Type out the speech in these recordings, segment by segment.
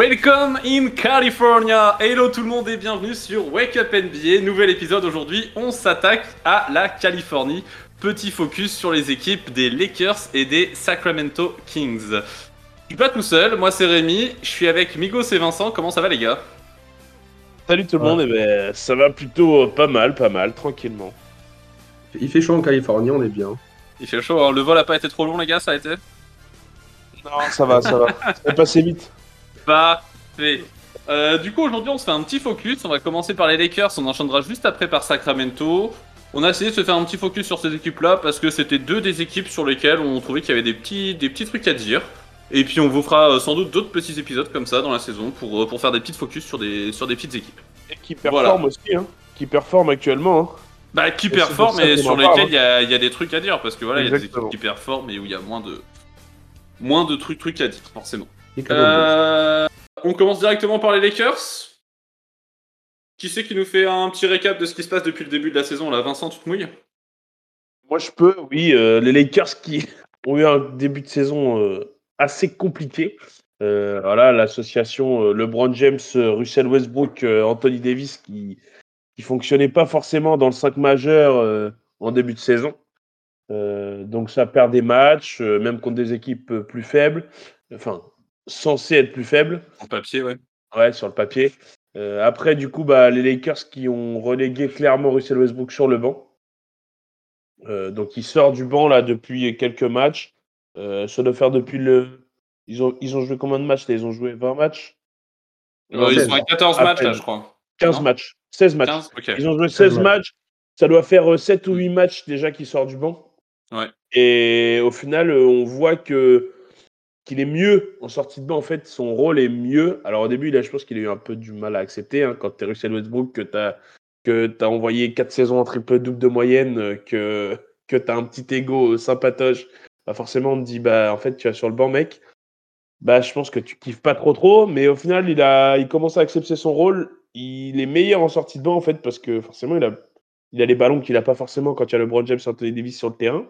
Welcome in California. Hello tout le monde et bienvenue sur Wake Up NBA. Nouvel épisode aujourd'hui, on s'attaque à la Californie. Petit focus sur les équipes des Lakers et des Sacramento Kings. Je suis pas tout seul, moi c'est Rémi, je suis avec Migos et Vincent. Comment ça va les gars? Salut tout le monde, ça va plutôt pas mal, tranquillement. Il fait chaud en Californie, on est bien. Il fait chaud, hein. Le vol a pas été trop long les gars, ça a été? Non, ça va, ça est passé vite. Parfait. Du coup aujourd'hui on se fait un petit focus, on va commencer par les Lakers, on enchaînera juste après par Sacramento. On a essayé de se faire un petit focus sur ces équipes-là parce que c'était deux des équipes sur lesquelles on trouvait qu'il y avait des petits trucs à dire. Et puis on vous fera sans doute d'autres petits épisodes comme ça dans la saison pour faire des petites focus sur des petites équipes. Et qui performent aussi, hein. Qui performent actuellement, hein. Bah qui performent et sur lesquels il y a des trucs à dire parce que voilà, il y a des équipes qui performent et où il y a moins de trucs à dire forcément. On commence directement par les Lakers. Qui c'est qui nous fait un petit récap de ce qui se passe depuis le début de la saison là? Vincent, tu te mouilles? Moi je peux, oui. Les Lakers qui ont eu un début de saison assez compliqué. Voilà, l'association LeBron James, Russell Westbrook, Anthony Davis qui fonctionnait pas forcément dans le 5 majeur en début de saison. Donc ça perd des matchs, même contre des équipes plus faibles. Enfin, censées être plus faibles. En papier, ouais. Ouais, sur le papier. Après, du coup, les Lakers qui ont relégué clairement Russell Westbrook sur le banc. Donc, il sort du banc là depuis quelques matchs. Ça doit faire depuis le. Ils ont joué combien de matchs là? Ils ont joué 20 matchs? Ils sont à 14 matchs là, je crois. 15 matchs. 16 matchs. 15 okay. Ils ont joué 16 matchs. Ça doit faire 7 ou 8 matchs déjà qu'il sort du banc. Ouais. Et au final, on voit qu'il est mieux en sortie de banc. En fait, son rôle est mieux. Alors au début, là, je pense qu'il a eu un peu du mal à accepter, hein, quand tu es Russell Westbrook, que t'as envoyé 4 saisons en triple-double de moyenne, que tu as un petit ego sympatoche. Forcément, on te dit, en fait, tu vas sur le banc, mec. Je pense que tu kiffes pas trop, mais au final, il commence à accepter son rôle. Il est meilleur en sortie de banc, en fait, parce que forcément, il a les ballons qu'il a pas forcément quand il y a LeBron James et Anthony Davis sur le terrain.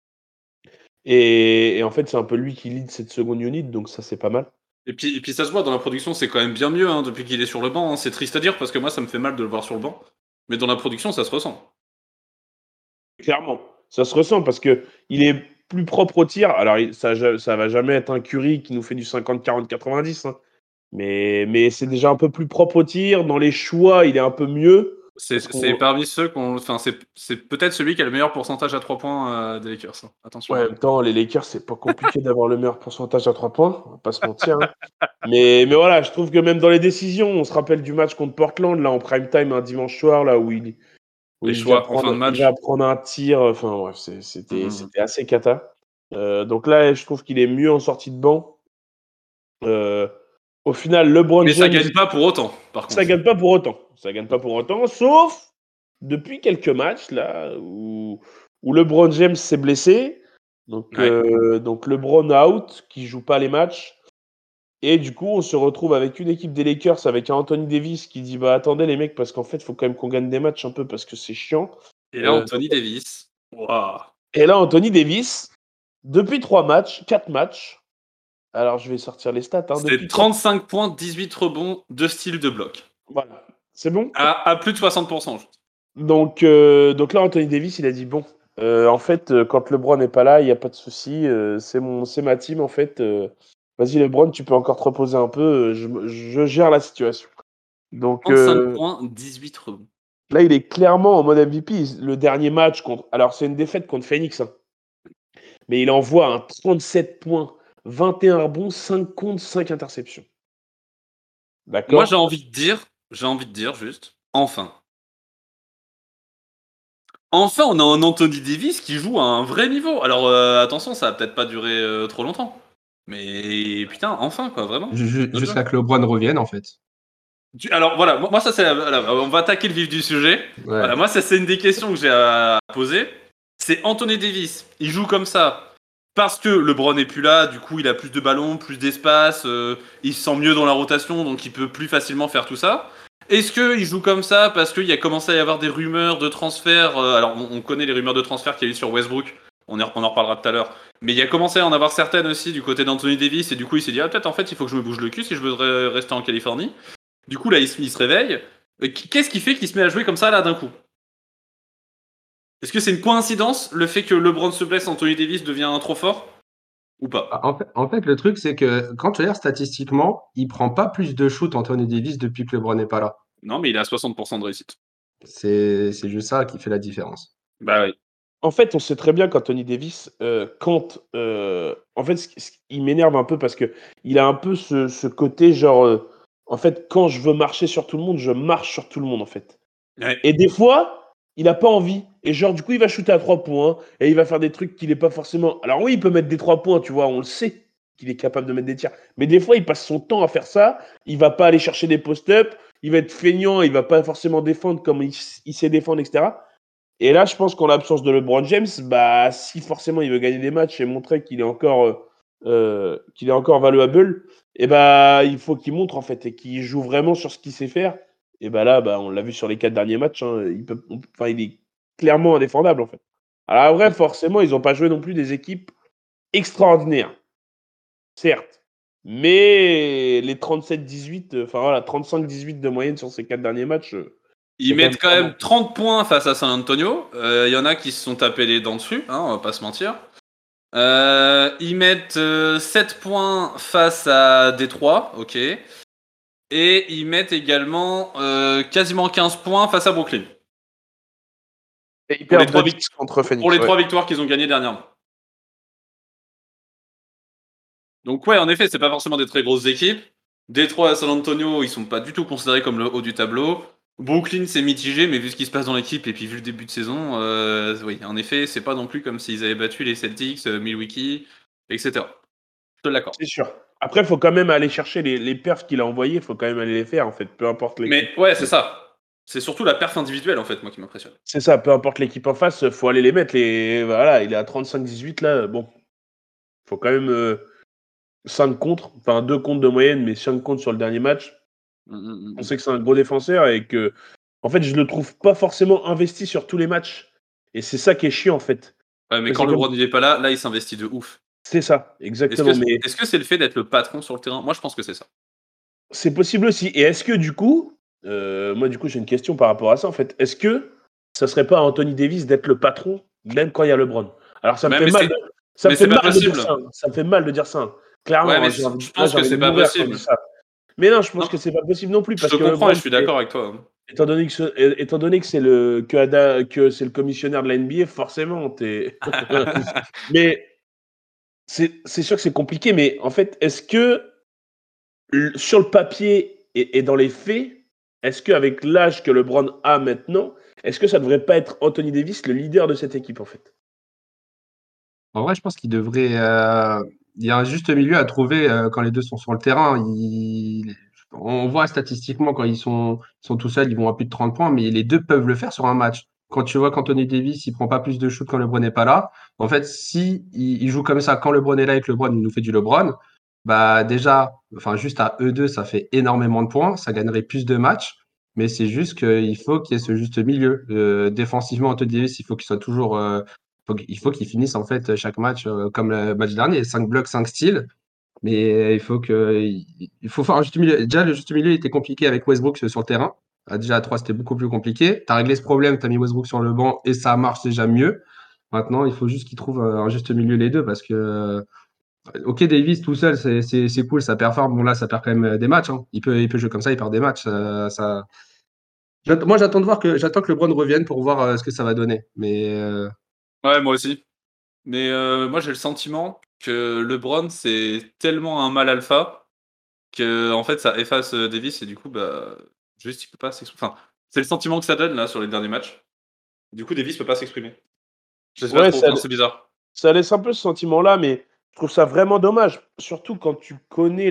Et en fait, c'est un peu lui qui lead cette seconde unit, donc ça, c'est pas mal. Et puis ça se voit, dans la production, c'est quand même bien mieux hein, depuis qu'il est sur le banc. Hein. C'est triste à dire parce que moi, ça me fait mal de le voir sur le banc. Mais dans la production, ça se ressent. Clairement, ça se ressent parce qu'il est plus propre au tir. Alors, ça va jamais être un Curry qui nous fait du 50-40-90, hein. Mais c'est déjà un peu plus propre au tir. Dans les choix, il est un peu mieux. C'est parmi ceux Enfin, c'est peut-être celui qui a le meilleur pourcentage à 3 points des Lakers. Hein. Attention. Ouais, en même temps, les Lakers, c'est pas compliqué d'avoir le meilleur pourcentage à 3 points. On va pas se mentir. Hein. Mais voilà, je trouve que même dans les décisions, on se rappelle du match contre Portland, là, en prime time, un dimanche soir, là, où il va prendre un tir. Enfin, ouais, c'était assez cata. Donc là, je trouve qu'il est mieux en sortie de banc. Au final, LeBron James... Mais ça gagne pas pour autant, par contre. Ça gagne pas pour autant, sauf depuis quelques matchs, là, où LeBron James s'est blessé. Donc LeBron out, qui joue pas les matchs. Et du coup, on se retrouve avec une équipe des Lakers, avec un Anthony Davis qui dit attendez les mecs, parce qu'en fait, il faut quand même qu'on gagne des matchs un peu, parce que c'est chiant. Et là, Anthony Davis. Wow. Et là, Anthony Davis, depuis 4 matchs, alors je vais sortir les stats. Hein, c'est 35 points, 18 rebonds, 2 styles de bloc. Voilà, c'est bon à plus de 60%. Donc là, Anthony Davis, il a dit en fait, quand LeBron n'est pas là, il n'y a pas de souci. C'est ma team, en fait. Vas-y, LeBron, tu peux encore te reposer un peu. Je gère la situation. Donc, 35 points, 18 rebonds. Là, il est clairement en mode MVP. Le dernier match Alors, c'est une défaite contre Phoenix. Hein. Mais il envoie un 37 points, 21 rebonds, 5 comptes, 5 interceptions. D'accord ? Moi, j'ai envie de dire juste, enfin, on a un Anthony Davis qui joue à un vrai niveau. Alors, attention, ça va peut-être pas durer trop longtemps. Mais putain, enfin, quoi, vraiment. Jusqu'à que LeBron revienne, en fait. Alors, voilà, moi, ça, c'est... on va attaquer le vif du sujet. Ouais. Voilà, moi, ça, c'est une des questions que j'ai à poser. C'est Anthony Davis. Il joue comme ça parce que LeBron n'est plus là. Du coup, il a plus de ballons, plus d'espace. Il se sent mieux dans la rotation, donc il peut plus facilement faire tout ça. Est-ce qu'il joue comme ça parce qu'il a commencé à y avoir des rumeurs de transfert alors, on connaît les rumeurs de transfert qu'il y a eu sur Westbrook. on en reparlera tout à l'heure. Mais il y a commencé à en avoir certaines aussi du côté d'Anthony Davis, et du coup il s'est dit, peut-être en fait il faut que je me bouge le cul si je veux rester en Californie. Du coup là il se réveille. Qu'est-ce qui fait qu'il se met à jouer comme ça là d'un coup? Est-ce que c'est une coïncidence, le fait que LeBron se blesse, Anthony Davis devient trop fort? Ou pas? En fait, le truc, c'est que quand tu regardes statistiquement, il prend pas plus de shoot, Anthony Davis, depuis que LeBron n'est pas là. Non, mais il est à 60% de réussite. C'est juste ça qui fait la différence. Bah oui. En fait, on sait très bien qu'Anthony Davis, en fait, il m'énerve un peu parce que il a un peu ce côté genre, en fait, quand je veux marcher sur tout le monde, je marche sur tout le monde, en fait. Ouais. Et des fois, il a pas envie. Et genre, du coup, il va shooter à 3 points et il va faire des trucs qu'il est pas forcément. Alors oui, il peut mettre des 3 points, tu vois, on le sait qu'il est capable de mettre des tirs. Mais des fois, il passe son temps à faire ça. Il va pas aller chercher des post-up. Il va être feignant. Il va pas forcément défendre comme il sait défendre, etc. Et là, je pense qu'en l'absence de LeBron James, bah, si forcément il veut gagner des matchs et montrer qu'il est encore valuable, et bah, il faut qu'il montre en fait et qu'il joue vraiment sur ce qu'il sait faire. Et bah là, bah, on l'a vu sur les 4 derniers matchs, hein, il est clairement indéfendable en fait. Alors après, forcément, ils n'ont pas joué non plus des équipes extraordinaires, certes. Mais les 37-18, enfin voilà, 35-18 de moyenne sur ces 4 derniers matchs, Ils c'est mettent quand pas même mal. 30 points face à San Antonio. Il y en a qui se sont tapés les dents dessus, on va pas se mentir. Ils mettent 7 points face à Détroit, ok. Et ils mettent également quasiment 15 points face à Brooklyn. Et ils Pour les perdent 3 de 10 contre Phoenix. pour les Ouais. 3 victoires qu'ils ont gagnées dernièrement. Donc ouais, en effet, c'est pas forcément des très grosses équipes. Détroit et San Antonio, ils sont pas du tout considérés comme le haut du tableau. Brooklyn, c'est mitigé, mais vu ce qui se passe dans l'équipe et puis vu le début de saison, oui, en effet, c'est pas non plus comme s'ils avaient battu les Celtics, Milwaukee, etc. Je te l'accorde. C'est sûr. Après, il faut quand même aller chercher les perfs qu'il a envoyés, il faut quand même aller les faire, en fait, peu importe l'équipe. Mais ouais, c'est ça. C'est surtout la perf individuelle, en fait, moi, qui m'impressionne. C'est ça, peu importe l'équipe en face, il faut aller les mettre. Voilà, il est à 35-18 là, bon, il faut quand même 5 contre, enfin 2 contre de moyenne, mais 5 contre sur le dernier match. On sait que c'est un gros défenseur et que, en fait, je le trouve pas forcément investi sur tous les matchs. Et c'est ça qui est chiant, en fait. Ouais, mais C'est quand comme... LeBron il est pas là, là, il s'investit de ouf. C'est ça, exactement. Mais Est-ce que c'est le fait d'être le patron sur le terrain? Moi, je pense que c'est ça. c'est possible aussi. Et est-ce que du coup, moi du coup j'ai une question par rapport à ça en fait. Est-ce que ça serait pas à Anthony Davis d'être le patron même quand il y a LeBron? Alors ça me Ouais, fait mal, ça me mais fait c'est pas mal de dire possible. ça. Hein. Ça me fait mal de dire ça. Hein. Ouais, Clairement, mais hein, je là pense j'ai que envie de c'est pas mourir quand je possible. dis ça. Mais non, je pense Non, que c'est pas possible non plus je parce te que comprends et LeBron, je suis d'accord avec toi. étant donné que que c'est le commissionnaire de la NBA, forcément t'es. Mais c'est sûr que c'est compliqué. Mais en fait, est-ce que sur le papier et dans les faits, est-ce qu'avec l'âge que LeBron a maintenant, est-ce que ça ne devrait pas être Anthony Davis le leader de cette équipe en fait? En vrai, je pense qu'il devrait. Il y a un juste milieu à trouver quand les deux sont sur le terrain. On voit statistiquement quand ils sont tout seuls, ils vont à plus de 30 points, mais les deux peuvent le faire sur un match. Quand tu vois qu'Anthony Davis, il prend pas plus de shoot quand LeBron n'est pas là, en fait, si il joue comme ça, quand LeBron est là et que LeBron il nous fait du LeBron, bah déjà, enfin juste à eux deux, ça fait énormément de points, ça gagnerait plus de matchs, mais c'est juste qu'il faut qu'il y ait ce juste milieu. Défensivement, Anthony Davis, il faut qu'il soit toujours il faut qu'ils finissent en fait chaque match comme le match dernier, 5 blocs, 5 styles. Mais il faut faire un juste milieu. Déjà, le juste milieu était compliqué avec Westbrook sur le terrain. Déjà, à 3, c'était beaucoup plus compliqué. Tu as réglé ce problème, tu as mis Westbrook sur le banc et ça marche déjà mieux. Maintenant, il faut juste qu'ils trouvent un juste milieu les deux parce que, ok, Davis tout seul, c'est cool, ça performe. Bon, là, ça perd quand même des matchs. Hein. Il peut jouer comme ça, il perd des matchs. Moi, j'attends que LeBron revienne pour voir ce que ça va donner. Mais Ouais, moi aussi. Mais moi, j'ai le sentiment que LeBron, c'est tellement un mal alpha que en fait, ça efface Davis et du coup, bah, juste, il peut pas s'exprimer. Enfin, c'est le sentiment que ça donne là sur les derniers matchs. Du coup, Davis peut pas s'exprimer. Je sais pas Ouais, trop, enfin, c'est bizarre. ça laisse un peu ce sentiment-là, mais je trouve ça vraiment dommage. Surtout quand tu connais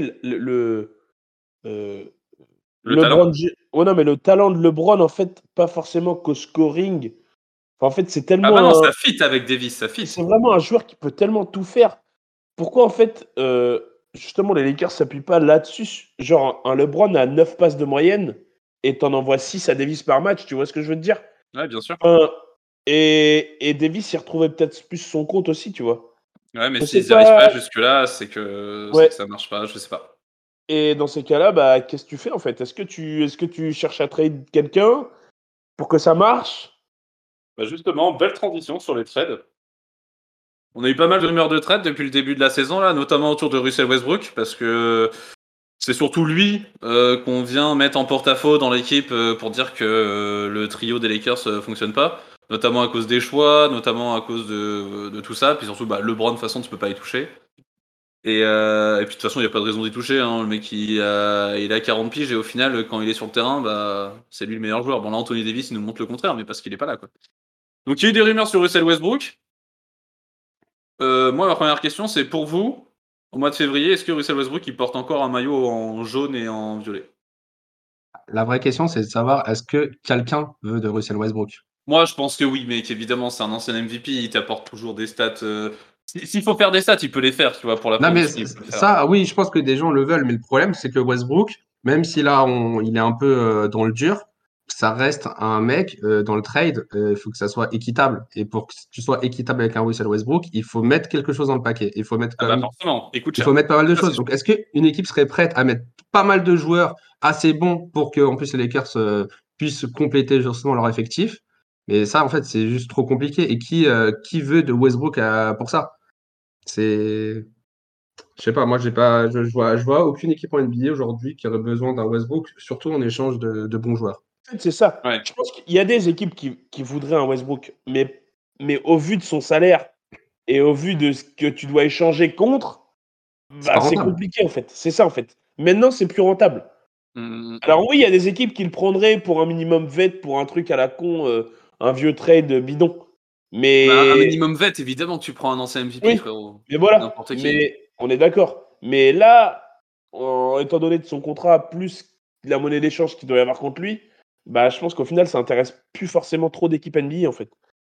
euh, Le talent? Ouais, non, mais le talent de LeBron, en fait, pas forcément qu'au scoring. Enfin, en fait, Ah bah non, ça fit avec Davis, ça fit. c'est vraiment un joueur qui peut tellement tout faire. Pourquoi en fait, justement, les Lakers s'appuient pas là-dessus? Genre, un LeBron a 9 passes de moyenne et t'en envoies 6 à Davis par match, tu vois ce que je veux te dire? Ouais, bien sûr. Enfin, Et Davis y retrouvait peut-être plus son compte aussi, tu vois. Ouais, mais Je s'ils sais n'y arrivent pas pas. jusque-là, c'est que Ouais. ça marche pas, je sais pas. Et dans ces cas-là, bah, qu'est-ce que tu fais en fait? Est-ce que tu cherches à trade quelqu'un pour que ça marche? Bah justement, belle transition sur les trades. On a eu pas mal de rumeurs de trades depuis le début de la saison, là, notamment autour de Russell Westbrook, parce que c'est surtout lui qu'on vient mettre en porte-à-faux dans l'équipe pour dire que le trio des Lakers fonctionne pas, notamment à cause des choix, notamment à cause de tout ça, puis surtout LeBron, de toute façon, tu peux pas y toucher. Et puis de toute façon, il n'y a pas de raison d'y toucher. Hein. Le mec, il a 40 piges et au final, quand il est sur le terrain, bah, c'est lui le meilleur joueur. Bon, là, Anthony Davis, il nous montre le contraire, mais parce qu'il est pas là, quoi. Donc, il y a eu des rumeurs sur Russell Westbrook. Moi, ma première question, c'est pour vous, au mois de février, est-ce que Russell Westbrook, il porte encore un maillot en jaune et en violet? La vraie question, c'est de savoir est-ce que quelqu'un veut de Russell Westbrook? Moi, je pense que oui, mais qu'évidemment, c'est un ancien MVP, il t'apporte toujours des stats. S'il faut faire des stats, il peut les faire, tu vois, pour la Non, mais production, il peut le faire. ça, oui, je pense que des gens le veulent, mais le problème, c'est que Westbrook, même si là, il est un peu dans le dur, ça reste un mec dans le trade, il faut que ça soit équitable. Et pour que tu sois équitable avec un Russell Westbrook, il faut mettre quelque chose dans le paquet. Il faut mettre Ah quand bah même, forcément, il coûte il faut cher. mettre pas mal de Ça, c'est choses. sûr. Donc, est-ce qu'une équipe serait prête à mettre pas mal de joueurs assez bons pour que, en plus, les Lakers puissent compléter justement leur effectif? Mais ça, en fait, c'est juste trop compliqué. Et qui veut de Westbrook pour ça? C'est. Je sais pas, moi je vois aucune équipe en NBA aujourd'hui qui aurait besoin d'un Westbrook, surtout en échange de bons joueurs. En fait, c'est ça. Ouais. Je pense qu'il y a des équipes qui voudraient un Westbrook, mais au vu de son salaire et au vu de ce que tu dois échanger contre, C'est bah, pas c'est rentable. compliqué en fait. C'est ça en fait. Maintenant, c'est plus rentable. Mm. Alors oui, il y a des équipes qui le prendraient pour un minimum vet, pour un truc à la con, un vieux trade bidon. Bah, un Mais minimum vet, évidemment que tu prends un ancien MVP, oui, frérot. mais voilà. N'importe qui. Mais on est d'accord. Mais là, étant donné de son contrat, plus la monnaie d'échange qu'il doit y avoir contre lui, bah, je pense qu'au final, ça intéresse plus forcément trop d'équipes NBA en fait.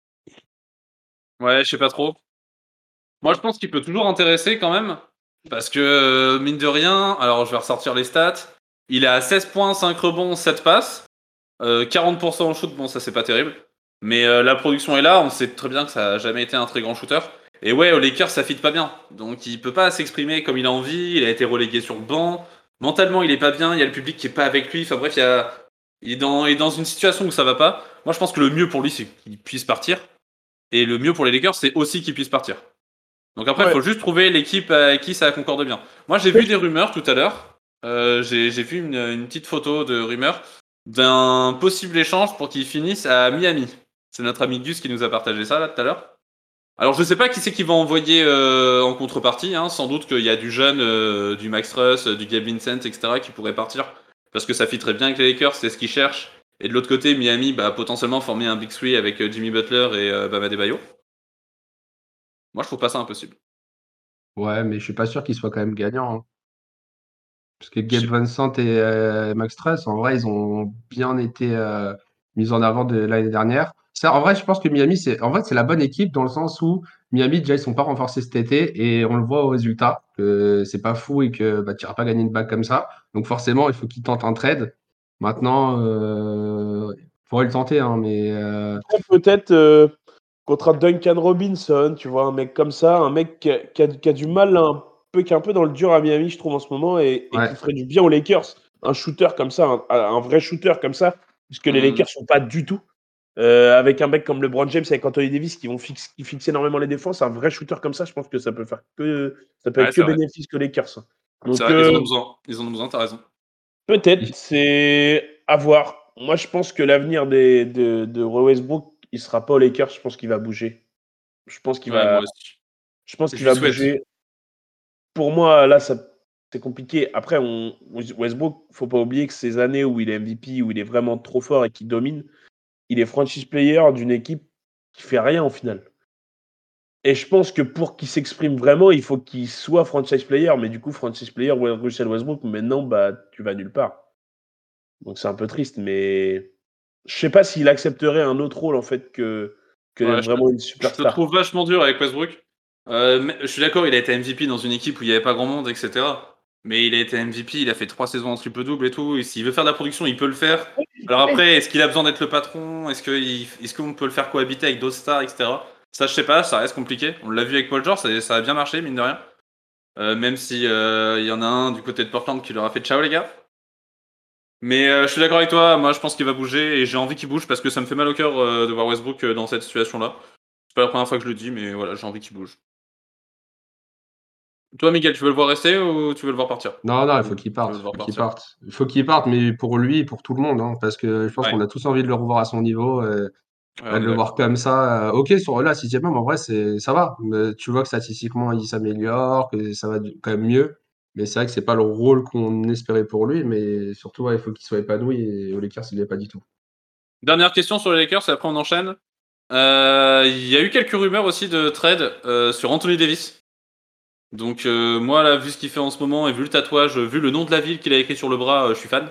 Ouais, je sais pas trop. Moi, je pense qu'il peut toujours intéresser quand même. Parce que, mine de rien, alors je vais ressortir les stats. Il est à 16 points, 5 rebonds, 7 passes. 40% au shoot, bon, ça c'est pas terrible. Mais la production est là, on sait très bien que ça a jamais été un très grand shooter. Et ouais, aux Lakers, ça fit pas bien. Donc il peut pas s'exprimer comme il a envie, il a été relégué sur le banc. Mentalement, il est pas bien, il y a le public qui est pas avec lui. Enfin bref, il est dans une situation où ça va pas. Moi, je pense que le mieux pour lui, c'est qu'il puisse partir. Et le mieux pour les Lakers, c'est aussi qu'il puisse partir. Donc après, il Ouais. faut juste trouver l'équipe avec qui ça concorde bien. Moi, j'ai vu des rumeurs tout à l'heure. J'ai vu une petite photo de rumeurs d'un possible échange pour qu'il finisse à Miami. C'est notre ami Gus qui nous a partagé ça là tout à l'heure. Alors je sais pas qui c'est qui va envoyer en contrepartie. Hein. Sans doute qu'il y a du jeune, du Max Truss, du Gabe Vincent, etc. qui pourrait partir parce que ça fitterait bien avec les Lakers, c'est ce qu'ils cherchent. Et de l'autre côté, Miami, bah, potentiellement former un Big Three avec Jimmy Butler et Bam Adebayo. Moi, je trouve pas ça impossible. Ouais, mais je suis pas sûr qu'il soit quand même gagnant, hein. Parce que Je Gabe sais- Vincent et Max Truss, en vrai, ils ont bien été mis en avant de l'année dernière. Ça, en vrai, je pense que Miami, c'est la bonne équipe dans le sens où Miami, déjà, ils sont pas renforcés cet été et on le voit au résultat que c'est pas fou et que bah, tu n'iras pas gagner une bague comme ça. Donc forcément, il faut qu'ils tentent un trade. Maintenant, il faudrait le tenter, hein, mais Après, peut-être contre un Duncan Robinson, tu vois, un mec comme ça, un mec qui a du mal qui est un peu dans le dur à Miami, je trouve, en ce moment, et qui ouais. ferait du bien aux Lakers. Un shooter comme ça, un vrai shooter comme ça, puisque les Hmm. Lakers sont pas du tout. Avec un mec comme LeBron James, avec Anthony Davis, qui fixent énormément les défenses, un vrai shooter comme ça, je pense que ça peut Ouais, être que c'est vrai. bénéfice aux Lakers. C'est Donc vrai, ils en ont besoin. Ils en ont besoin, t'as raison. peut-être, c'est à voir. Moi, je pense que l'avenir de Westbrook, il sera pas aux Lakers. Je pense qu'il va bouger. Je pense qu'il Ouais, va, moi aussi. je pense Je qu'il lui va souhaite. bouger. Pour moi, là, c'est compliqué. Après, Westbrook, faut pas oublier que ces années où il est MVP, où il est vraiment trop fort et qu'il domine, il est franchise player d'une équipe qui fait rien au final. Et je pense que pour qu'il s'exprime vraiment, il faut qu'il soit franchise player. Mais du coup, franchise player, Russell Westbrook, maintenant, bah, tu vas nulle part. Donc c'est un peu triste, mais je sais pas s'il accepterait un autre rôle en fait que d'être Ouais, vraiment une je te superstar. trouve vachement dur avec Westbrook. Mais je suis d'accord, il a été MVP dans une équipe où il n'y avait pas grand monde, etc. Mais il a été MVP, il a fait 3 saisons en triple-double et tout. Et s'il veut faire de la production, il peut le faire. Alors après, est-ce qu'il a besoin d'être le patron? Est-ce qu'on peut le faire cohabiter avec d'autres stars, etc. Ça, je sais pas, ça reste compliqué. On l'a vu avec Paul George, ça a bien marché, mine de rien. Même si il y en a un du côté de Portland qui leur a fait ciao les gars. Mais je suis d'accord avec toi, moi je pense qu'il va bouger et j'ai envie qu'il bouge parce que ça me fait mal au cœur de voir Westbrook dans cette situation-là. C'est pas la première fois que je le dis, mais voilà, j'ai envie qu'il bouge. Toi, Miguel, tu veux le voir rester ou tu veux le voir partir? Non, il faut qu'il Tu veux parte. le voir Faut qu'il partir. parte. Il faut qu'il parte, mais pour lui, pour tout le monde, hein, parce que je pense Ouais, qu'on a tous envie de le revoir à son niveau. ouais, De on est le voir d'accord. comme ça, ok, sur là, sixième homme, en vrai, ça va. Mais tu vois que statistiquement, il s'améliore, que ça va quand même mieux. Mais c'est vrai que c'est pas le rôle qu'on espérait pour lui. Mais surtout, ouais, il faut qu'il soit épanoui. Et aux Lakers, il l'est pas du tout. Dernière question sur les Lakers et après on enchaîne. Il y a eu quelques rumeurs aussi de trade sur Anthony Davis. Donc moi là, vu ce qu'il fait en ce moment et vu le tatouage, vu le nom de la ville qu'il a écrit sur le bras, je suis fan.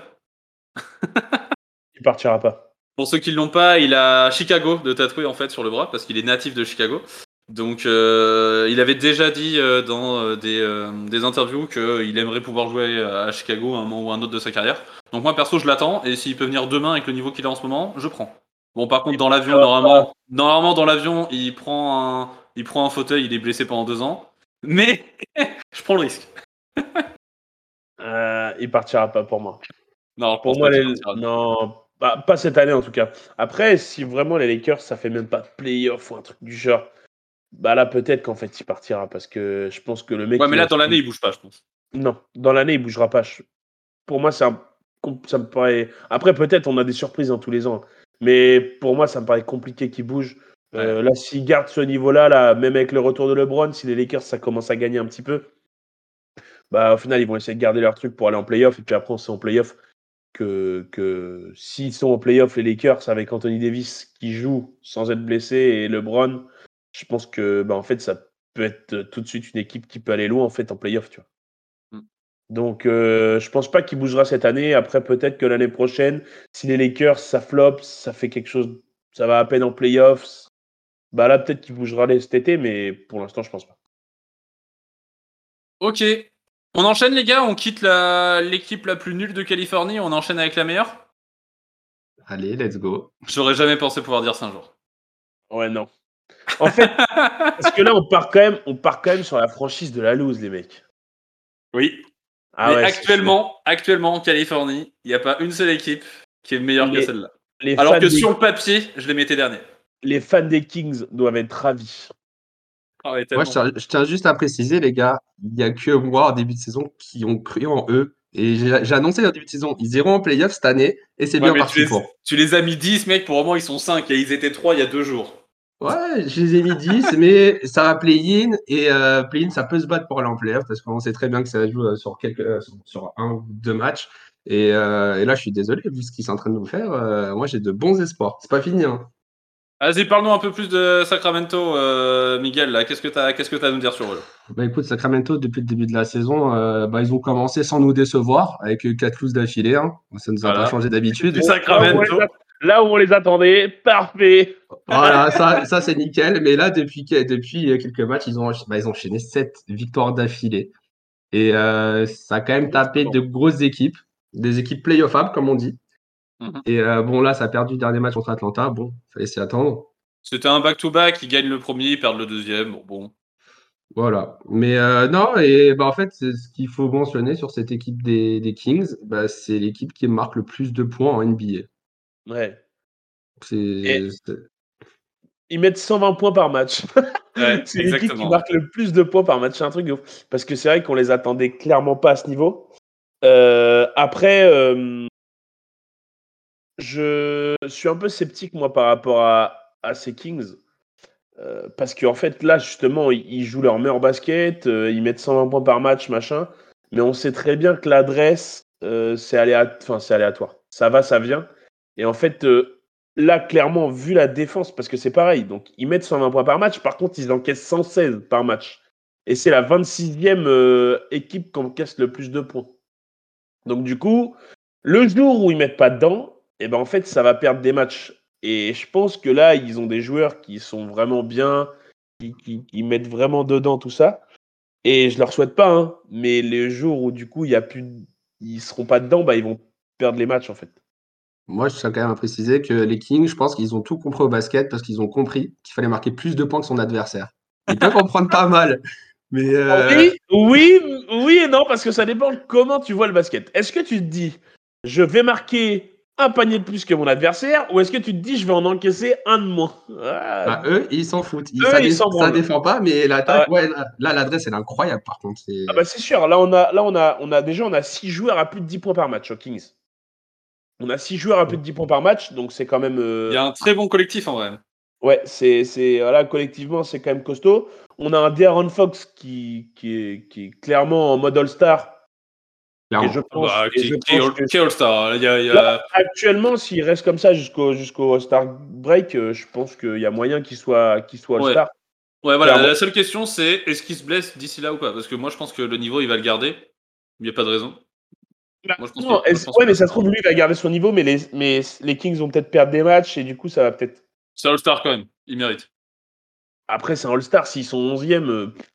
Il partira pas. Pour ceux qui l'ont pas, il a Chicago de tatouer en fait sur le bras parce qu'il est natif de Chicago. Donc il avait déjà dit dans des interviews qu'il aimerait pouvoir jouer à Chicago à un moment ou un autre de sa carrière. Donc moi perso je l'attends et s'il peut venir demain avec le niveau qu'il a en ce moment, je prends. Bon par contre Il dans l'avion partira pas. normalement dans l'avion il prend un fauteuil, il est blessé pendant 2 ans. Mais je prends le risque. Il partira pas pour moi. Non je Pour pense moi, pas qu'il partira. non, pas cette année en tout cas. Après, si vraiment les Lakers, ça fait même pas de playoff ou un truc du genre, bah là peut-être qu'en fait il partira parce que je pense que le mec Ouais mais il là va. dans l'année il bouge pas je pense. Non, dans l'année il bougera pas. Pour moi, ça me paraît. Après, peut-être on a des surprises dans tous les ans, mais pour moi, ça me paraît compliqué qu'il bouge. Ouais. Là, s'il garde ce niveau-là, là, même avec le retour de LeBron, si les Lakers ça commence à gagner un petit peu, bah au final ils vont essayer de garder leur truc pour aller en playoff et puis après on sait en playoff que s'ils sont en playoff, les Lakers, avec Anthony Davis qui joue sans être blessé et LeBron, je pense que bah, en fait, ça peut être tout de suite une équipe qui peut aller loin en fait en playoff, tu vois. Mm. Donc, je pense pas qu'il bougera cette année. Après, peut-être que l'année prochaine, si les Lakers, ça flop, ça fait quelque chose, ça va à peine en playoffs, bah là, peut-être qu'il bougera cet été, mais pour l'instant, je pense pas. Ok. On enchaîne les gars, on quitte l'équipe la plus nulle de Californie, on enchaîne avec la meilleure. Allez, let's go. J'aurais jamais pensé pouvoir dire ça un jour. Ouais, non. En fait, parce que là, on part quand même sur la franchise de la loose, les mecs. Oui. Ah Mais ouais, c'est chaud. actuellement en Californie, il n'y a pas une seule équipe qui est meilleure que Les, celle-là. les Alors fans que des, sur le papier, je les mettais derniers. les fans des Kings doivent être ravis. Ah ouais, Moi, tellement. je tiens juste à préciser, les gars, il n'y a que moi, en début de saison, qui ont cru en eux. Et j'ai annoncé en début de saison, ils iront en playoff cette année. Et c'est Ouais, bien mais parti pour. tu les as mis 10 mecs, pour le moment ils sont 5 et ils étaient 3 il y a 2 jours. Ouais, je les ai mis 10, mais ça va play-in. Et play-in, ça peut se battre pour aller en playoff parce qu'on sait très bien que ça joue sur un ou deux matchs. Et là, je suis désolé, vu ce qu'ils sont en train de nous faire, moi, j'ai de bons espoirs. C'est pas fini, hein. Vas-y, parle-nous un peu plus de Sacramento, Miguel. Là. Qu'est-ce que t'as à nous dire sur eux? Bah écoute, Sacramento, depuis le début de la saison, bah, ils ont commencé sans nous décevoir, avec 4 loses d'affilée, hein. Ça ne nous a pas Voilà. changé d'habitude. Du Bon, Sacramento. là où on les attendait, parfait. Voilà, ça c'est nickel. Mais là, depuis quelques matchs, ils ont enchaîné 7 victoires d'affilée. Et ça a quand même tapé de grosses équipes, des équipes playoffables, comme on dit. Mhm. Et bon, là, ça a perdu le dernier match contre Atlanta. Bon, fallait s'y attendre. C'était un back-to-back, ils gagnent le premier, ils perdent le deuxième. Bon. Voilà. Mais non, et bah, en fait, ce qu'il faut mentionner sur cette équipe des Kings, bah, c'est l'équipe qui marque le plus de points en NBA. Ouais. Et C'est- ils mettent 120 points par match. Ouais, C'est l'équipe qui exactement. marque le plus de points par match. C'est un truc de ouf. Parce que c'est vrai qu'on les attendait clairement pas à ce niveau. Après, je suis un peu sceptique, moi, par rapport à ces Kings. Parce qu'en fait, là, justement, ils jouent leur meilleur basket. Ils mettent 120 points par match, machin. Mais on sait très bien que l'adresse, c'est c'est aléatoire. Ça va, ça vient. Et en fait, là, clairement, vu la défense, parce que c'est pareil, donc ils mettent 120 points par match, par contre, ils encaissent 116 par match. Et c'est la 26e équipe qui encaisse le plus de points. Donc, du coup, le jour où ils mettent pas dedans, et ben en fait, ça va perdre des matchs. Et je pense que là, ils ont des joueurs qui sont vraiment bien, qui mettent vraiment dedans tout ça. Et je leur souhaite pas, hein, mais les jours où du coup, il y a plus, ils seront pas dedans, bah, ils vont perdre les matchs en fait. Moi, je tiens quand même à préciser que les Kings, je pense qu'ils ont tout compris au basket parce qu'ils ont compris qu'il fallait marquer plus de points que son adversaire. Ils peuvent en prendre pas mal, mais Oui et non, parce que ça dépend de comment tu vois le basket. Est-ce que tu te dis, je vais marquer un panier de plus que mon adversaire, ou est-ce que tu te dis, je vais en encaisser un de moins? eux, ils s'en foutent. Eux, ils s'en Ça branlent. défend pas, mais Ah ouais. l'attaque, ouais, là, l'adresse, elle est incroyable par contre. Ah bah c'est sûr. On a 6 joueurs à plus de 10 points par match aux Kings. On a 6 joueurs à plus de 10 points par match, donc c'est quand même. Il y a un très bon collectif en vrai. Ouais, voilà, collectivement, c'est quand même costaud. On a un De'Aaron Fox qui est clairement en mode All-Star. Et je Clairement. pense, Bah, et je qui pense que est All-Star. là, actuellement, s'il reste comme ça jusqu'au All-Star break, je pense qu'il y a moyen qu'il soit Ouais. All-Star. Ouais, voilà. Clairement. La seule question, c'est est-ce qu'il se blesse d'ici là ou pas? Parce que moi, je pense que le niveau, il va le garder. Il n'y a pas de raison. Bah, Moi, je pense non, qu'il ouais, mais va. ça se trouve, lui, il va garder son niveau, mais les Kings vont peut-être perdre des matchs, et du coup, ça va peut-être. C'est All-Star quand même. Il mérite. Après, c'est un All-Star, s'ils sont 11e,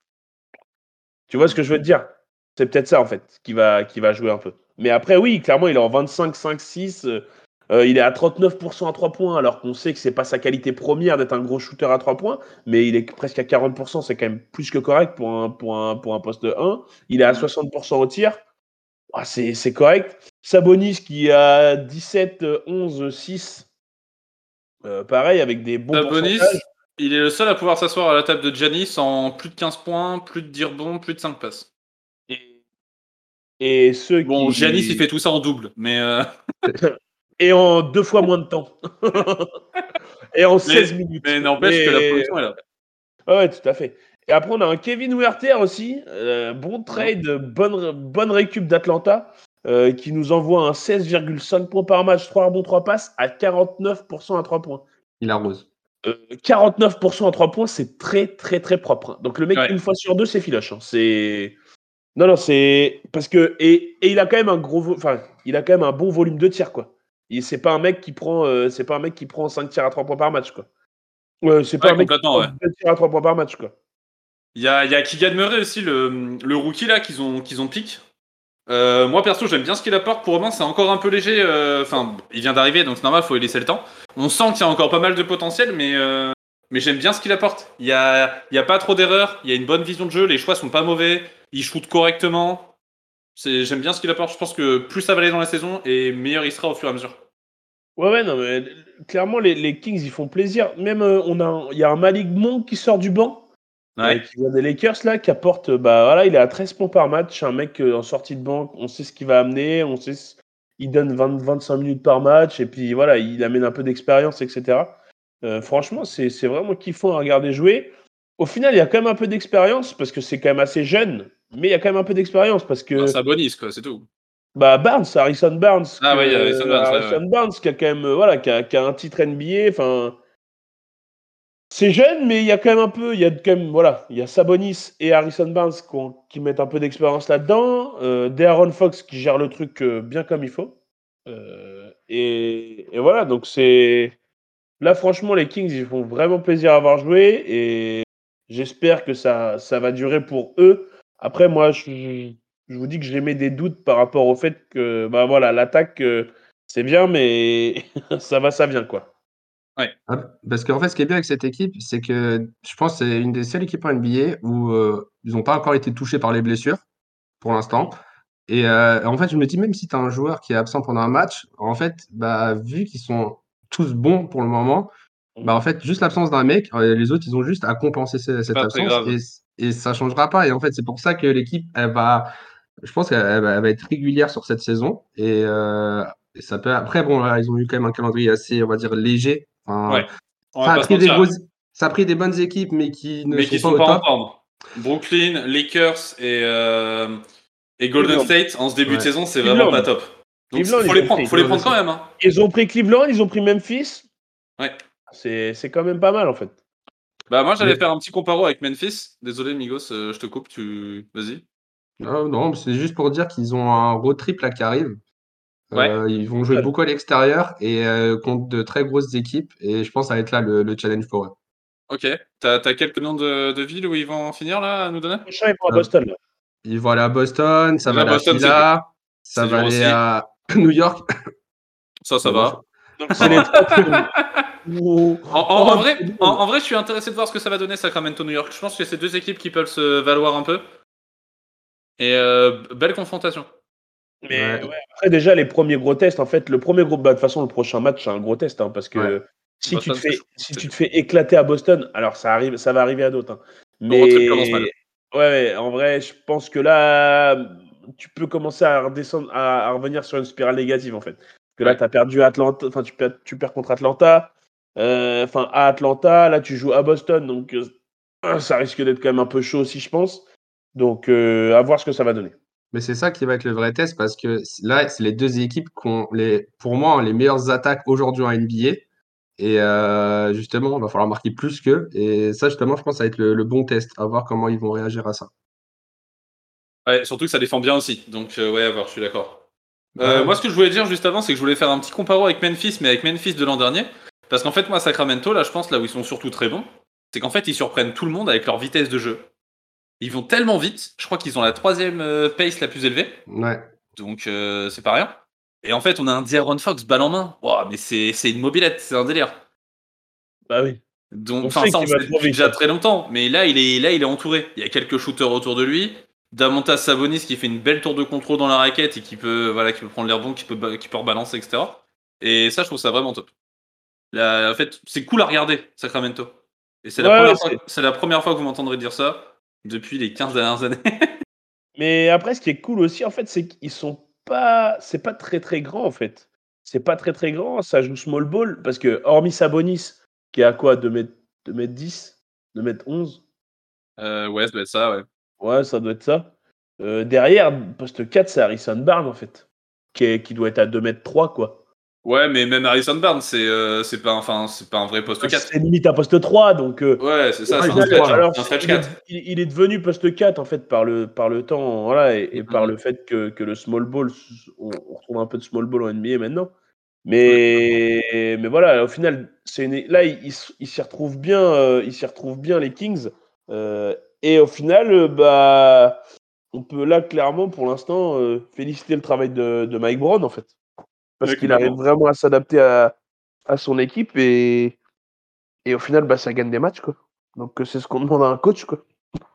tu vois ce que je veux te dire? C'est peut-être ça, en fait, qui va jouer un peu. Mais après, oui, clairement, il est en 25, 5, 6. Il est à 39% à 3 points, alors qu'on sait que c'est pas sa qualité première d'être un gros shooter à 3 points, mais il est presque à 40%, c'est quand même plus que correct pour un poste de 1. Il est à 60% au tir. Ah, c'est correct. Sabonis qui a 17, 11, 6, pareil, avec des bons pourcentages. Sabonis, il est le seul à pouvoir s'asseoir à la table de Giannis en plus de 15 points, plus de 10 rebonds, plus de 5 passes. Et, et ceux Bon, Giannis, il qui. fait tout ça en double, mais Et en 2 fois moins de temps. Et en 16 minutes. mais n'empêche que la Mais production est là. ouais, tout à fait. Et après, on a un Kevin Huerter aussi. Bon Mhm. trade, bonne récup d'Atlanta, qui nous envoie un 16,5 points par match, 3 rebonds, 3 passes, à 49% à 3 points. Il arrose. 49% à 3 points, c'est très, très, très propre, hein. Donc le mec, Ouais. une fois sur deux, c'est filoche, hein. Non, non, c'est. Parce que. Et il a quand même enfin, il a quand même un bon volume de tirs, quoi. C'est pas un mec qui prend 5 tirs à 3 points par match, quoi. Ouais, c'est pas Ouais, un mec qui complètement, prend ouais. 2 tirs à 3 points par match, quoi. Il y a Keegan Murray aussi, le rookie là qu'ils ont pick. Moi perso, j'aime bien ce qu'il apporte. Pour Romain, c'est encore un peu léger. Enfin, il vient d'arriver, donc c'est normal, faut lui laisser le temps. On sent qu'il y a encore pas mal de potentiel, mais j'aime bien ce qu'il apporte. Il y a pas trop d'erreurs, il y a une bonne vision de jeu, les choix sont pas mauvais, il shoot correctement. J'aime bien ce qu'il apporte. Je pense que plus ça va aller dans la saison et meilleur il sera au fur et à mesure. Ouais, ouais, non, mais clairement, les Kings, ils font plaisir. Même, il y a un Malik Monk qui sort du banc, Ouais. qui vient des Lakers, là, qui apporte, bah voilà, il est à 13 points par match. Un mec en sortie de banc, on sait ce qu'il va amener, il donne 25 minutes par match, et puis voilà, il amène un peu d'expérience, etc. Franchement, c'est vraiment kiffant à regarder jouer. Au final, il y a quand même un peu d'expérience, parce que c'est quand même assez jeune, mais il y a quand même un peu d'expérience, parce Bah, que ça bonise quoi, c'est tout. bah Harrison Barnes, Ah ouais, il y a Harrison Barnes, ouais, ouais. Qui a quand même voilà, qui a un titre NBA. Enfin, c'est jeune, mais il y a quand même un peu, il y a quand même voilà, il y a Sabonis et Harrison Barnes qui mettent un peu d'expérience là-dedans. De'Aaron Fox qui gère le truc bien comme il faut. Et voilà, donc c'est là franchement les Kings ils font vraiment plaisir à avoir joué et j'espère que ça va durer pour eux. Après moi je vous dis que j'ai mis des doutes par rapport au fait que bah voilà l'attaque c'est bien mais ça vient quoi. Ouais. Ah, parce qu'en fait, ce qui est bien avec cette équipe, c'est que je pense que c'est une des seules équipes en NBA où ils n'ont pas encore été touchés par les blessures pour l'instant. Et en fait, je me dis, même si tu as un joueur qui est absent pendant un match, en fait, bah, vu qu'ils sont tous bons pour le moment, bah, en fait, juste l'absence d'un mec, les autres, ils ont juste à compenser C'est cette pas très absence grave. et ça changera pas. Et en fait, c'est pour ça que l'équipe, je pense qu'elle va être régulière sur cette saison. Et ça peut, après, bon, là, ils ont eu quand même un calendrier assez, on va dire, léger. Enfin, Ouais. On va ça a pas se pris des mentir. grosses, ça a pris des bonnes équipes, mais qui ne Mais sont qui pas sont au pas en top. forme. Brooklyn, Lakers et Golden Cleveland. State en ce début de Ouais. saison, c'est vraiment pas Cleveland. top. Donc Cleveland ils ont pris. faut les Cleveland prendre quand aussi. même. Hein. Ils ont pris Cleveland, ils ont pris Memphis. Ouais. C'est quand même pas mal en fait. Bah moi j'allais Mais faire un petit comparo avec Memphis. Désolé Migos, je te coupe, vas-y. non, c'est juste pour dire qu'ils ont un road trip là qui arrive. Ouais. Ils vont jouer beaucoup à l'extérieur et contre de très grosses équipes. Et je pense que ça va être là le challenge pour eux. Ok. T'as quelques noms de villes où ils vont en finir là à nous donner? Le prochain ils vont à Euh, Boston là. Ils vont aller à Boston, ça va Déjà aller à Boston Phila, ça c'est va dur aller aussi. à New York. Ça Bah, moi, va. Donc c'est les trois qui En vrai, je suis intéressé de voir ce que ça va donner Sacramento New York. Je pense que c'est deux équipes qui peuvent se valoir un peu. Et belle confrontation. Mais Ouais, ouais, après, déjà, les premiers gros tests, en fait, le premier gros, bah, de toute façon, le prochain match, c'est un gros test, hein, parce ouais. que si tu te Boston, c'est fais, chaud. si C'est tu te dur. fais éclater à Boston, alors ça arrive, ça va arriver à d'autres, hein. Le road trip commence mal. Mais ouais, en vrai, je pense que là, tu peux commencer à redescendre, à revenir sur une spirale négative, en fait. Parce que là, Ouais. tu as perdu à Atlanta, enfin, tu perds contre Atlanta, enfin, à Atlanta, là, tu joues à Boston, donc ça risque d'être quand même un peu chaud aussi, je pense. Donc, à voir ce que ça va donner. Mais c'est ça qui va être le vrai test parce que là, c'est les deux équipes qui ont, pour moi, les meilleures attaques aujourd'hui en NBA. Et justement, il va falloir marquer plus qu'eux. Et ça, justement, je pense que ça va être le bon test, à voir comment ils vont réagir à ça. Ouais, surtout que ça défend bien aussi. Donc, ouais, à voir, je suis d'accord. Ouais, Moi, ce que je voulais dire juste avant, c'est que je voulais faire un petit comparo avec Memphis, mais avec Memphis de l'an dernier. Parce qu'en fait, moi, Sacramento, là, je pense, là où ils sont surtout très bons, c'est qu'en fait, ils surprennent tout le monde avec leur vitesse de jeu. Ils vont tellement vite, je crois qu'ils ont la troisième pace la plus élevée. ouais. Donc, c'est pas rien. Et en fait, on a un De'Aaron Fox balle en main. Wow, mais c'est une mobilette, c'est un délire. Bah oui. Donc, On enfin, sait ça, on qu'il va sait trop depuis vite, déjà hein. très longtemps. Mais là, il est entouré. Il y a quelques shooters autour de lui. Damontas Sabonis qui fait une belle tour de contrôle dans la raquette et qui peut prendre l'air bon, qui peut rebalancer, etc. Et ça, je trouve ça vraiment top. Là, en fait, c'est cool à regarder, Sacramento. Et c'est la Ouais, ouais, première fois, c'est la première fois que vous m'entendrez dire ça depuis les 15 dernières années. mais après, ce qui est cool aussi, en fait, c'est qu'ils sont pas. C'est pas très très grand, en fait. C'est pas très très grand. Ça joue small ball. Parce que, hormis Sabonis, qui est à quoi 2 mètres 10 2 mètres 11. Ouais, ça doit être ça, ouais. Ouais, ça doit être ça. Derrière, poste 4, c'est Harrison Barnes, en fait. Qui doit être à 2 mètres 3, quoi. Ouais, mais même Harrison Barnes, c'est pas un vrai poste 4. C'est limite un poste 3, donc Ouais, c'est au ça, Ah, c'est il un joue final, 3 stretch, là. alors c'est un stretch il est, 4. il est devenu poste 4 en fait par le temps, voilà, et par le fait que le small ball, on retrouve un peu de small ball en NBA maintenant. Ouais. Mais voilà, au final, là, ils s'y retrouvent bien, ils s'y retrouvent bien les Kings. Et au final, bah, on peut là clairement pour l'instant féliciter le travail de Mike Brown en fait, parce Ouais, qu'il arrive complètement. vraiment à s'adapter à son équipe et au final, bah, ça gagne des matchs quoi. Donc c'est ce qu'on demande à un coach quoi.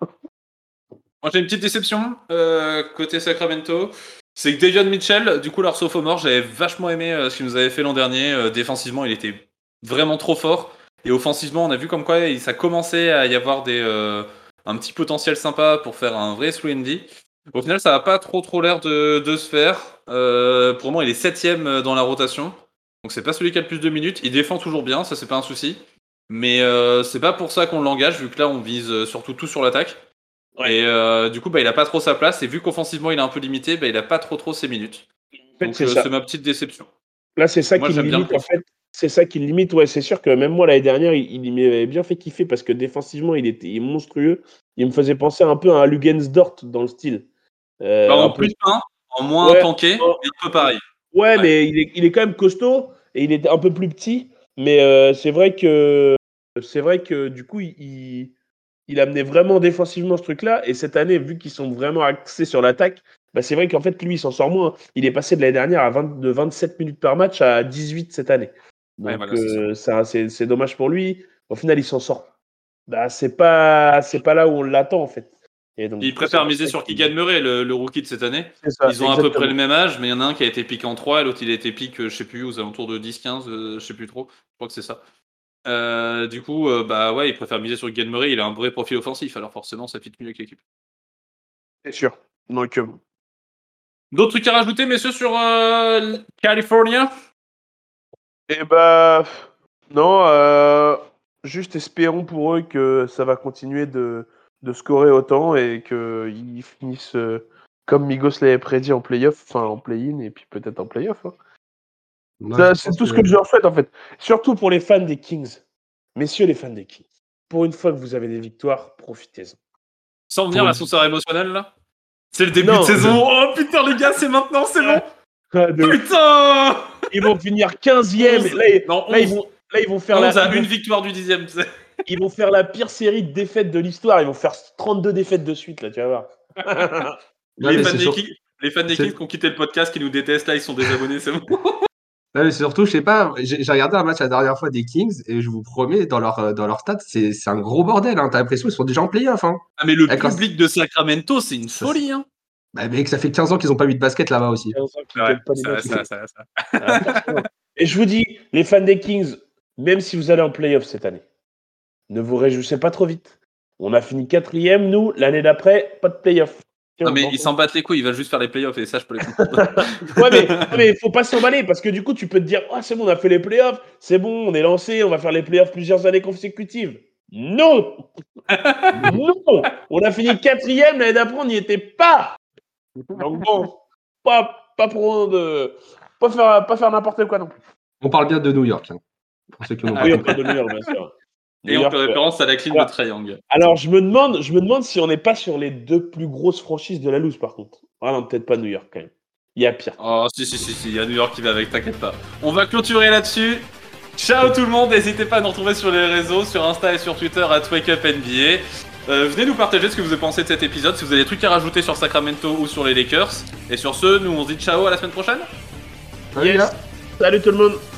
Moi, j'ai une petite déception côté Sacramento. C'est que Davion Mitchell, du coup, leur sophomore, j'avais vachement aimé ce qu'il nous avait fait l'an dernier. Défensivement, il était vraiment trop fort. Et offensivement, on a vu comme quoi ça commençait à y avoir un petit potentiel sympa pour faire un vrai 3&D. Au final, ça n'a pas trop l'air de se faire. Pour moi, il est 7ème dans la rotation. Donc, c'est pas celui qui a le plus de minutes. Il défend toujours bien, ça, c'est pas un souci. Mais c'est pas pour ça qu'on l'engage, vu que là, on vise surtout tout sur l'attaque. Ouais. Et du coup, bah, il a pas trop sa place. Et vu qu'offensivement, il est un peu limité, bah, il a pas trop ses minutes. En fait, Donc, c'est ça. c'est ma petite déception. Là, c'est ça Moi, qui le j'aime bien le limite en profil. fait. C'est ça qui le limite. Ouais, c'est sûr que même moi l'année dernière, il m'avait bien fait kiffer parce que défensivement, il est monstrueux. Il me faisait penser un peu à un Lugensdort dans le style. Bah, Un en peu. plus fin, en moins Ouais. tanké, Oh, mais un peu pareil. ouais, Ouais. mais il est quand même costaud et il est un peu plus petit. Mais c'est vrai que du coup, il amenait vraiment défensivement ce truc-là. Et cette année, vu qu'ils sont vraiment axés sur l'attaque, bah, c'est vrai qu'en fait, lui, il s'en sort moins. Il est passé de l'année dernière de 27 minutes par match à 18 cette année. Ouais, Donc, voilà, c'est ça. c'est dommage pour lui. Au final, il s'en sort. Bah, c'est pas là où on l'attend, en fait. Et donc, Ils du coup, c'est préfèrent pour miser ça sur qu'il. Keegan Murray, le rookie de cette année. C'est ça, Ils ont à peu près le exactement. même âge, mais il y en a un qui a été piqué en 3 et l'autre il a été piqué, je sais plus, aux alentours de 10-15, je sais plus trop. Je crois que c'est ça. Du coup, bah ouais, ils préfèrent miser sur Keegan Murray, il a un vrai profil offensif, alors forcément ça fit mieux avec l'équipe. C'est sûr. Donc, D'autres trucs à rajouter, messieurs, sur California? et bah, non, juste espérons pour eux que ça va continuer de scorer autant et qu'ils finissent comme Migos l'avait prédit en playoff, enfin en play-in et puis peut-être en playoff, hein. Moi, je C'est pense tout ce que que. je leur souhaite en fait. Surtout pour les fans des Kings. Messieurs les fans des Kings, pour une fois que vous avez des victoires, profitez-en. Sans venir Pour une... l'ascenseur émotionnel là? C'est le début de Non, saison. Oh putain, les gars, c'est maintenant, c'est bon. de ouf. Putain. Ils vont finir 15e. 11. Non, Là, 11. ils vont faire 11 à une victoire du 10ème. ils vont faire la pire série de défaites de l'histoire. Ils vont faire 32 défaites de suite, là, tu vas voir. Ouais, Les mais fans c'est des sûr. Kings, les fans des Kings qui ont quitté le podcast, qui nous détestent là, ils sont désabonnés, c'est bon. Non, mais surtout, je sais pas, j'ai regardé un match la dernière fois des Kings et je vous promets, dans leur stats, c'est un gros bordel. Hein. T'as l'impression qu'ils sont déjà en playoff. Hein. Ah, mais le Eh, quand- public de Sacramento, c'est une ça, folie, hein. bah, mec, ça fait 15 ans qu'ils n'ont pas eu de basket là-bas aussi. 15 ans qu'ils Ouais, gagnent pas les matchs. ça. Ah, forcément. Et je vous dis, les fans des Kings, même si vous allez en playoff cette année, ne vous réjouissez pas trop vite. On a fini 4e, nous, l'année d'après, pas de playoff. Non, mais ils s'en battent les couilles, il va juste faire les playoffs, et ça, je peux les comprendre. Ouais, mais faut pas s'emballer, parce que du coup, tu peux te dire, oh, c'est bon, on a fait les playoffs, c'est bon, on est lancé, on va faire les playoffs plusieurs années consécutives. Non. Non. On a fini 4e, l'année d'après, on n'y était pas. Donc bon, pas pour de... Pas faire n'importe quoi non plus. On parle bien de New York. Hein, pour ceux qui n'ont pas Oui, on compris. parle de New York, bien sûr. Et New on York, fait référence à la clim de Trae Young. Alors, je me demande si on n'est pas sur les 2 plus grosses franchises de la loose, par contre. Ah non, peut-être pas New York, quand même. Il y a pire. Oh, si, il y a New York qui va avec, t'inquiète pas. On va clôturer là-dessus. Ciao tout le monde, n'hésitez pas à nous retrouver sur les réseaux, sur Insta et sur Twitter @WakeUpNBA. Venez nous partager ce que vous avez pensé de cet épisode, si vous avez des trucs à rajouter sur Sacramento ou sur les Lakers. Et sur ce, nous on se dit ciao à la semaine prochaine. Salut, Yes. gars. Salut tout le monde.